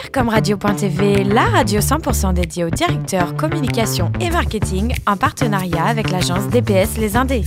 DIRCOM Radio.tv, la radio 100% dédiée aux directeurs communication et marketing en partenariat avec l'agence DPS Les Indés.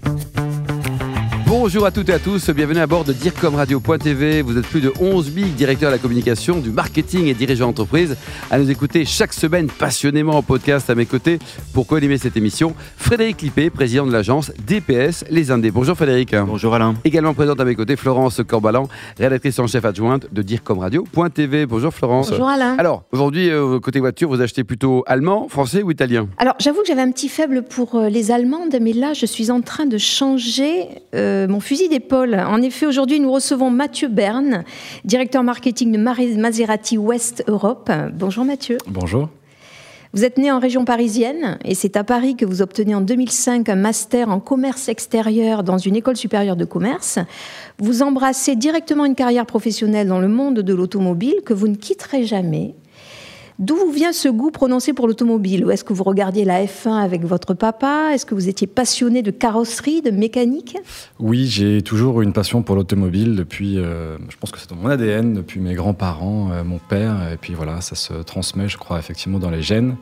Bonjour à toutes et à tous, bienvenue à bord de DIRCOM Radio.tv. Vous êtes plus de 11 000 directeurs de la communication, du marketing et dirigeants d'entreprise à nous écouter chaque semaine passionnément en podcast. À mes côtés pour co-animer cette émission, Frédéric Lippé, président de l'agence DPS Les Indés. Bonjour Frédéric. Bonjour Alain. Également présente à mes côtés Florence Corbalan, rédactrice en chef adjointe de DIRCOM Radio.tv. Bonjour Florence. Bonjour Alain. Alors aujourd'hui, côté voiture, vous achetez plutôt allemand, français ou italien ? Alors j'avoue que j'avais un petit faible pour les allemandes, mais là je suis en train de changer mon fusil d'épaule. En effet, aujourd'hui, nous recevons Mathieu Berne, directeur marketing de Maserati West Europe. Bonjour Mathieu. Bonjour. Vous êtes né en région parisienne et c'est à Paris que vous obtenez en 2005 un master en commerce extérieur dans une école supérieure de commerce. Vous embrassez directement une carrière professionnelle dans le monde de l'automobile que vous ne quitterez jamais. D'où vous vient ce goût prononcé pour l'automobile ? Ou est-ce que vous regardiez la F1 avec votre papa ? Est-ce que vous étiez passionné de carrosserie, de mécanique ? Oui, j'ai toujours eu une passion pour l'automobile depuis, je pense que c'est dans mon ADN, depuis mes grands-parents, mon père. Et puis voilà, ça se transmet, je crois, effectivement dans les gènes.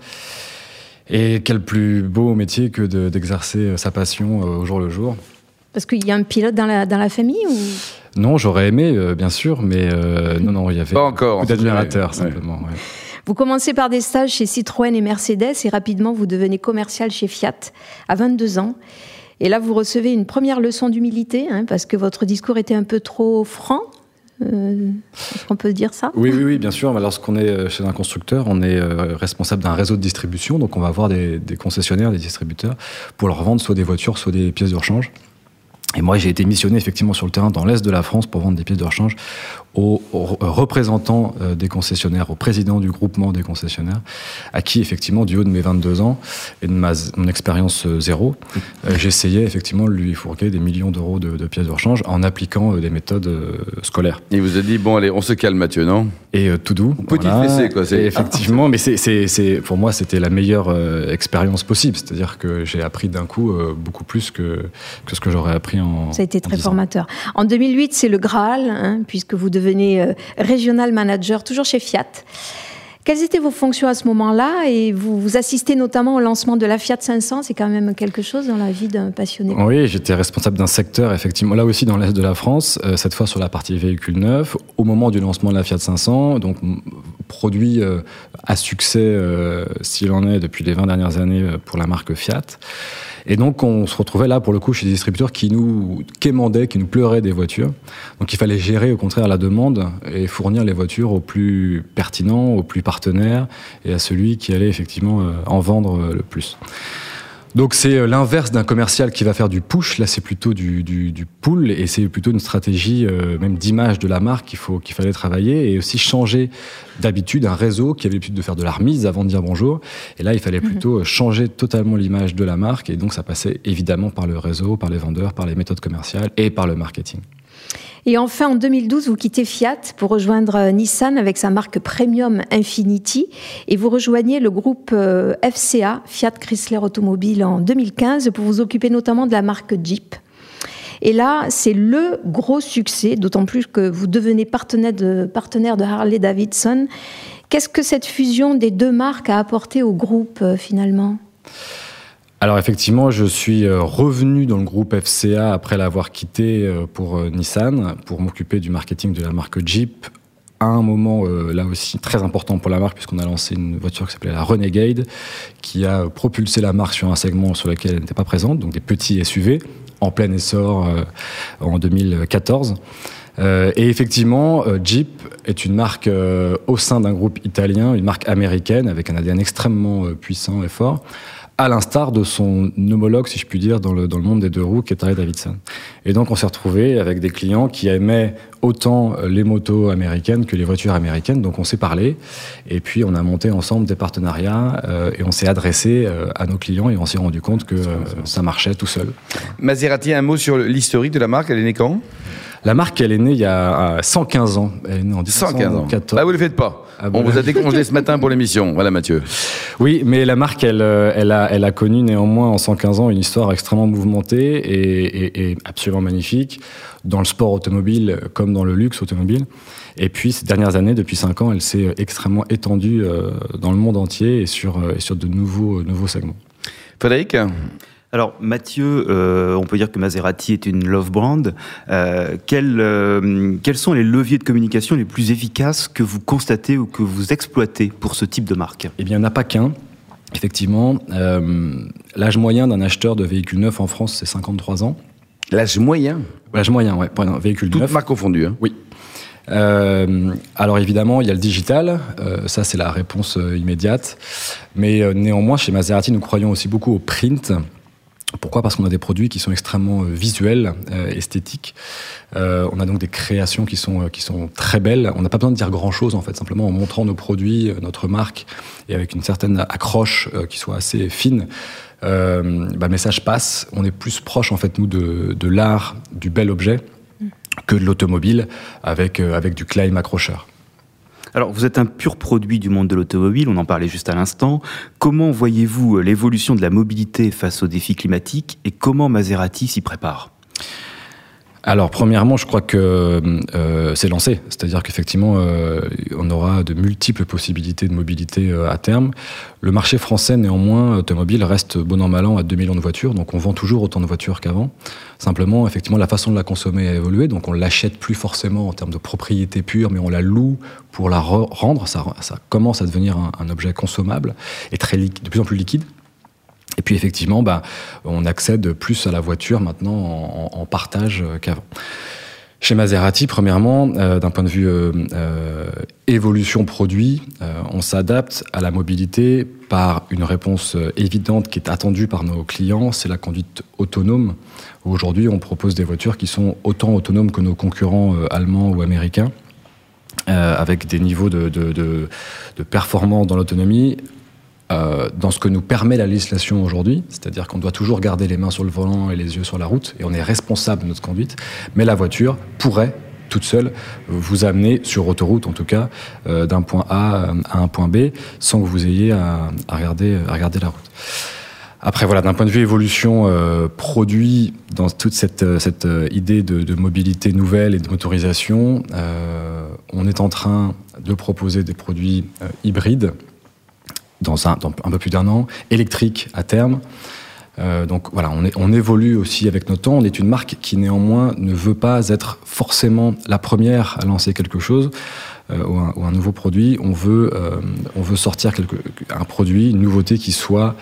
Et quel plus beau métier que d'exercer sa passion au jour le jour. Parce qu'il y a un pilote dans la famille ou... Non, j'aurais aimé, bien sûr, mais non, il y avait pas encore, beaucoup d'admirateurs, simplement. Ouais. Vous commencez par des stages chez Citroën et Mercedes et rapidement vous devenez commercial chez Fiat à 22 ans. Et là, vous recevez une première leçon d'humilité parce que votre discours était un peu trop franc. Est-ce qu'on peut dire ça ? Oui, bien sûr. Lorsqu'on est chez un constructeur, on est responsable d'un réseau de distribution. Donc, on va avoir des concessionnaires, des distributeurs pour leur vendre soit des voitures, soit des pièces de rechange. Et moi, j'ai été missionné effectivement sur le terrain dans l'Est de la France pour vendre des pièces de rechange aux représentants des concessionnaires, au président du groupement des concessionnaires, à qui effectivement, du haut de mes 22 ans et de mon expérience zéro, j'essayais effectivement de lui fourguer des millions d'euros de pièces de rechange en appliquant des méthodes scolaires. Il vous a dit, bon allez, on se calme Mathieu, non ? Et tout doux. Petite fessée, quoi. Et effectivement, mais c'est, pour moi, c'était la meilleure expérience possible. C'est-à-dire que j'ai appris d'un coup beaucoup plus que ce que j'aurais appris Ça a été très formateur. En 2008, c'est le Graal, puisque vous devenez régional manager, toujours chez Fiat. Quelles étaient vos fonctions à ce moment-là ? Et vous assistez notamment au lancement de la Fiat 500. C'est quand même quelque chose dans la vie d'un passionné. Oui, j'étais responsable d'un secteur, effectivement, là aussi dans l'Est de la France, cette fois sur la partie véhicules neufs, au moment du lancement de la Fiat 500, donc produit à succès, s'il en est, depuis les 20 dernières années pour la marque Fiat. Et donc, on se retrouvait là, pour le coup, chez des distributeurs qui nous quémandaient, qui nous pleuraient des voitures. Donc, il fallait gérer, au contraire, la demande et fournir les voitures au plus pertinent, au plus partenaire et à celui qui allait effectivement en vendre le plus. Donc, c'est l'inverse d'un commercial qui va faire du push. Là, c'est plutôt du pull et c'est plutôt une stratégie même d'image de la marque qu'il fallait travailler et aussi changer d'habitude un réseau qui avait l'habitude de faire de la remise avant de dire bonjour. Et là, il fallait plutôt changer totalement l'image de la marque et donc ça passait évidemment par le réseau, par les vendeurs, par les méthodes commerciales et par le marketing. Et enfin, en 2012, vous quittez Fiat pour rejoindre Nissan avec sa marque Premium Infiniti et vous rejoignez le groupe FCA, Fiat Chrysler Automobile, en 2015 pour vous occuper notamment de la marque Jeep. Et là, c'est le gros succès, d'autant plus que vous devenez partenaire de Harley-Davidson. Qu'est-ce que cette fusion des deux marques a apporté au groupe finalement ? Alors effectivement, je suis revenu dans le groupe FCA après l'avoir quitté pour Nissan, pour m'occuper du marketing de la marque Jeep, à un moment là aussi très important pour la marque, puisqu'on a lancé une voiture qui s'appelait la Renegade, qui a propulsé la marque sur un segment sur lequel elle n'était pas présente, donc des petits SUV, en plein essor en 2014. Et effectivement, Jeep est une marque au sein d'un groupe italien, une marque américaine, avec un ADN extrêmement puissant et fort, à l'instar de son homologue, si je puis dire, dans le monde des deux roues, qui est Harley-Davidson. Et donc, on s'est retrouvé avec des clients qui aimaient autant les motos américaines que les voitures américaines. Donc, on s'est parlé. Et puis, on a monté ensemble des partenariats et on s'est adressé à nos clients et on s'est rendu compte que ça marchait tout seul. Maserati, un mot sur l'historique de la marque. Elle est née quand ? La marque, elle est née il y a 115 ans. Elle est née en 1914. Bah, vous ne le faites pas. On vous a décongelé ce matin pour l'émission. Voilà, Mathieu. Oui, mais la marque, elle a connu néanmoins en 115 ans une histoire extrêmement mouvementée et absolument magnifique, dans le sport automobile comme dans le luxe automobile. Et puis, ces dernières années, depuis 5 ans, elle s'est extrêmement étendue dans le monde entier et sur de nouveaux segments. Frédéric ? Alors Mathieu, on peut dire que Maserati est une love brand. Quels sont les leviers de communication les plus efficaces que vous constatez ou que vous exploitez pour ce type de marque ? Eh bien, il n'y en a pas qu'un. Effectivement, l'âge moyen d'un acheteur de véhicules neufs en France, c'est 53 ans. L'âge moyen ? L'âge moyen, oui, pour un véhicule neuf. Toutes marques confondues. Hein. Oui. Alors évidemment, il y a le digital, ça c'est la réponse immédiate. Mais néanmoins, chez Maserati, nous croyons aussi beaucoup au print. Pourquoi ? Parce qu'on a des produits qui sont extrêmement visuels, esthétiques. On a donc des créations qui sont très belles. On n'a pas besoin de dire grand-chose, en fait. Simplement en montrant nos produits, notre marque, et avec une certaine accroche qui soit assez fine, le message passe. On est plus proche, en fait, nous, de l'art, du bel objet, que de l'automobile, avec du climb accrocheur. Alors, vous êtes un pur produit du monde de l'automobile, on en parlait juste à l'instant. Comment voyez-vous l'évolution de la mobilité face aux défis climatiques et comment Maserati s'y prépare ? Alors, premièrement, je crois que c'est lancé. C'est-à-dire qu'effectivement, on aura de multiples possibilités de mobilité à terme. Le marché français, néanmoins, automobile, reste bon an, mal an à 2 millions de voitures. Donc, on vend toujours autant de voitures qu'avant. Simplement, effectivement, la façon de la consommer a évolué. Donc, on l'achète plus forcément en termes de propriété pure, mais on la loue pour la rendre. Ça commence à devenir un objet consommable et de plus en plus liquide. Et puis effectivement, on accède plus à la voiture maintenant en partage qu'avant. Chez Maserati, premièrement, d'un point de vue évolution produit, on s'adapte à la mobilité par une réponse évidente qui est attendue par nos clients, c'est la conduite autonome. Aujourd'hui, on propose des voitures qui sont autant autonomes que nos concurrents allemands ou américains, avec des niveaux de performance dans l'autonomie, dans ce que nous permet la législation aujourd'hui, c'est-à-dire qu'on doit toujours garder les mains sur le volant et les yeux sur la route, et on est responsable de notre conduite, mais la voiture pourrait, toute seule, vous amener, sur autoroute en tout cas, d'un point A à un point B, sans que vous ayez à regarder la route. Après, voilà, d'un point de vue évolution produit, dans toute cette idée de mobilité nouvelle et de motorisation, on est en train de proposer des produits hybrides, dans un peu plus d'1 an, électrique à terme. Donc voilà, on évolue aussi avec notre temps. On est une marque qui néanmoins ne veut pas être forcément la première à lancer quelque chose ou un nouveau produit. On veut sortir un produit, une nouveauté qui soit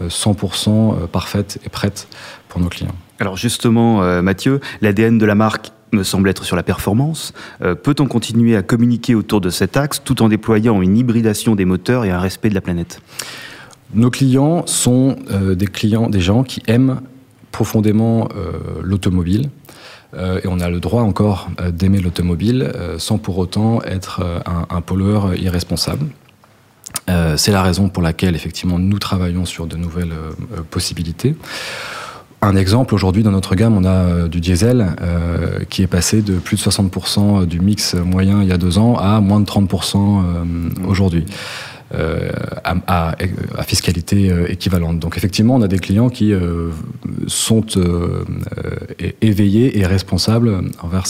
100% parfaite et prête pour nos clients. Alors justement, Mathieu, l'ADN de la marque me semble être sur la performance. Peut-on continuer à communiquer autour de cet axe tout en déployant une hybridation des moteurs et un respect de la planète ? Nos clients sont des gens qui aiment profondément l'automobile. Et on a le droit encore d'aimer l'automobile sans pour autant être un pollueur irresponsable. C'est la raison pour laquelle effectivement nous travaillons sur de nouvelles possibilités. Un exemple, aujourd'hui, dans notre gamme, on a du diesel qui est passé de plus de 60% du mix moyen il y a 2 ans à moins de 30% aujourd'hui, à fiscalité équivalente. Donc effectivement, on a des clients qui sont éveillés et responsables envers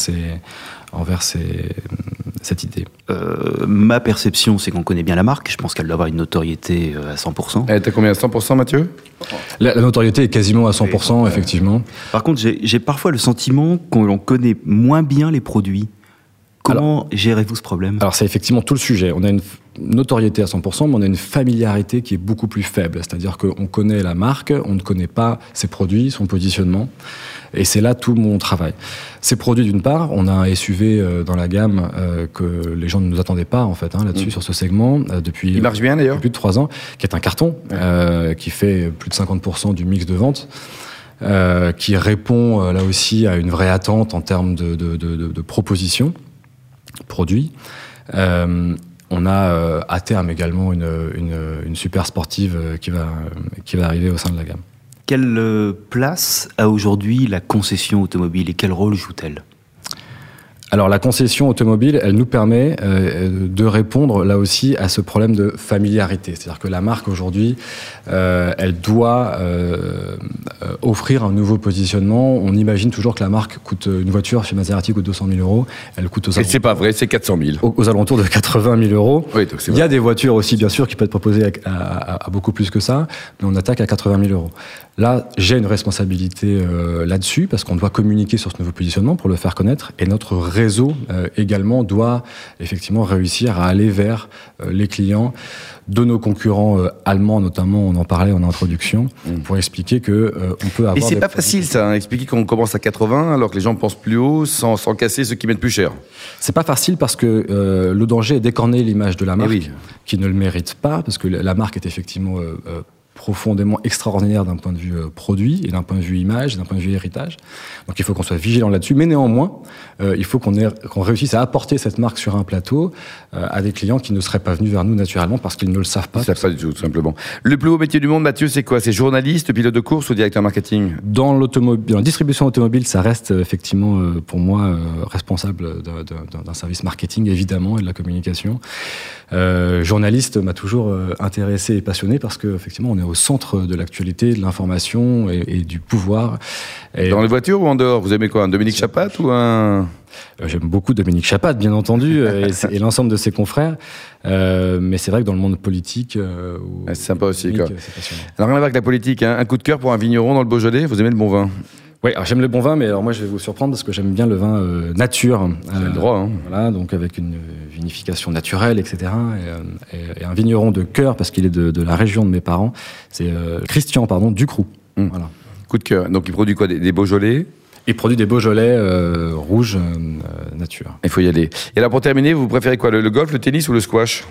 cette idée. Ma perception, c'est qu'on connaît bien la marque. Je pense qu'elle doit avoir une notoriété à 100%. Elle était combien, à 100%, Mathieu ? La notoriété est quasiment à 100%, effectivement. Par contre, j'ai parfois le sentiment qu'on connaît moins bien les produits. Comment gérez-vous ce problème ? Alors, c'est effectivement tout le sujet. On a une notoriété à 100%, mais on a une familiarité qui est beaucoup plus faible. C'est-à-dire qu'on connaît la marque, on ne connaît pas ses produits, son positionnement. Et c'est là tout mon travail. Ces produits, d'une part, on a un SUV dans la gamme que les gens ne nous attendaient pas, en fait, là-dessus, sur ce segment, depuis il marche bien, d'ailleurs. Plus de 3 ans, qui est un carton, qui fait plus de 50% du mix de vente. Qui répond là aussi à une vraie attente en termes de propositions, produits. On a à terme également une super sportive qui va arriver au sein de la gamme. Quelle place a aujourd'hui la concession automobile et quel rôle joue-t-elle ? Alors la concession automobile, elle nous permet de répondre là aussi à ce problème de familiarité. C'est-à-dire que la marque aujourd'hui, elle doit offrir un nouveau positionnement. On imagine toujours que la marque coûte, une voiture chez Maserati coûte 200 000 euros. Elle coûte Et c'est pas vrai, c'est 400 000. Aux alentours de 80 000 euros. Oui, donc c'est Il y a des voitures aussi, bien sûr, qui peuvent être proposées à beaucoup plus que ça, mais on attaque à 80 000 euros. Là, j'ai une responsabilité là-dessus, parce qu'on doit communiquer sur ce nouveau positionnement pour le faire connaître, et notre réseau également doit effectivement réussir à aller vers les clients de nos concurrents allemands, notamment, on en parlait en introduction, pour expliquer que on peut avoir... Et c'est pas facile ça, hein, expliquer qu'on commence à 80 alors que les gens pensent plus haut sans casser ceux qui mettent plus cher. C'est pas facile parce que le danger est d'écorner l'image de la marque, qui ne le mérite pas, parce que la marque est effectivement profondément extraordinaire d'un point de vue produit et d'un point de vue image, et d'un point de vue héritage. Donc il faut qu'on soit vigilant là-dessus, mais néanmoins, il faut qu'on réussisse à apporter cette marque sur un plateau à des clients qui ne seraient pas venus vers nous naturellement parce qu'ils ne le savent pas. Ils ne savent pas du tout, tout simplement. Le plus beau métier du monde, Mathieu, c'est quoi? C'est journaliste, pilote de course ou directeur marketing? Dans la distribution automobile, ça reste effectivement pour moi responsable d'un service marketing, évidemment, et de la communication. Journaliste m'a toujours intéressé et passionné parce qu'effectivement, on est au centre de l'actualité, de l'information et du pouvoir. Et dans les voitures ou en dehors? Vous aimez quoi? Un Dominique Chapat ou un... J'aime beaucoup Dominique Chapat, bien entendu, et l'ensemble de ses confrères. Mais c'est vrai que dans le monde politique... c'est sympa aussi, quoi. Alors rien à voir avec la politique, hein. Un coup de cœur pour un vigneron dans le Beaujolais? Vous aimez le bon vin? Oui, alors j'aime le bon vin, mais alors moi je vais vous surprendre parce que j'aime bien le vin nature. C'est le droit, hein. Voilà, donc avec une vinification naturelle, etc. Et un vigneron de cœur, parce qu'il est de la région de mes parents, c'est Christian, Ducroux. Voilà. Coup de cœur. Donc il produit quoi? Des Beaujolais? Il produit des Beaujolais rouges nature. Il faut y aller. Et alors pour terminer, vous préférez quoi? Le golf, le tennis ou le squash?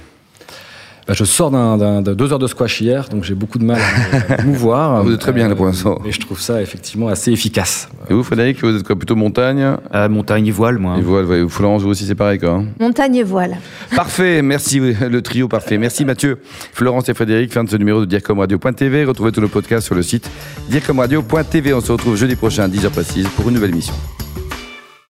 Je sors de 2 heures de squash hier, donc j'ai beaucoup de mal à me mouvoir. Vous êtes très bien là pour l'instant. Et je trouve ça effectivement assez efficace. Et vous, Frédéric, vous êtes quoi? Plutôt montagne? Montagne et voile, moi. Et voile, ouais. Florence, vous aussi, c'est pareil, quoi. Hein. Montagne et voile. Parfait, merci, le trio parfait. Merci Mathieu, Florence et Frédéric. Fin de ce numéro de DIRCOMRadio.tv. Retrouvez tous nos podcasts sur le site DIRCOMRadio.tv. On se retrouve jeudi prochain à 10h précise pour une nouvelle émission.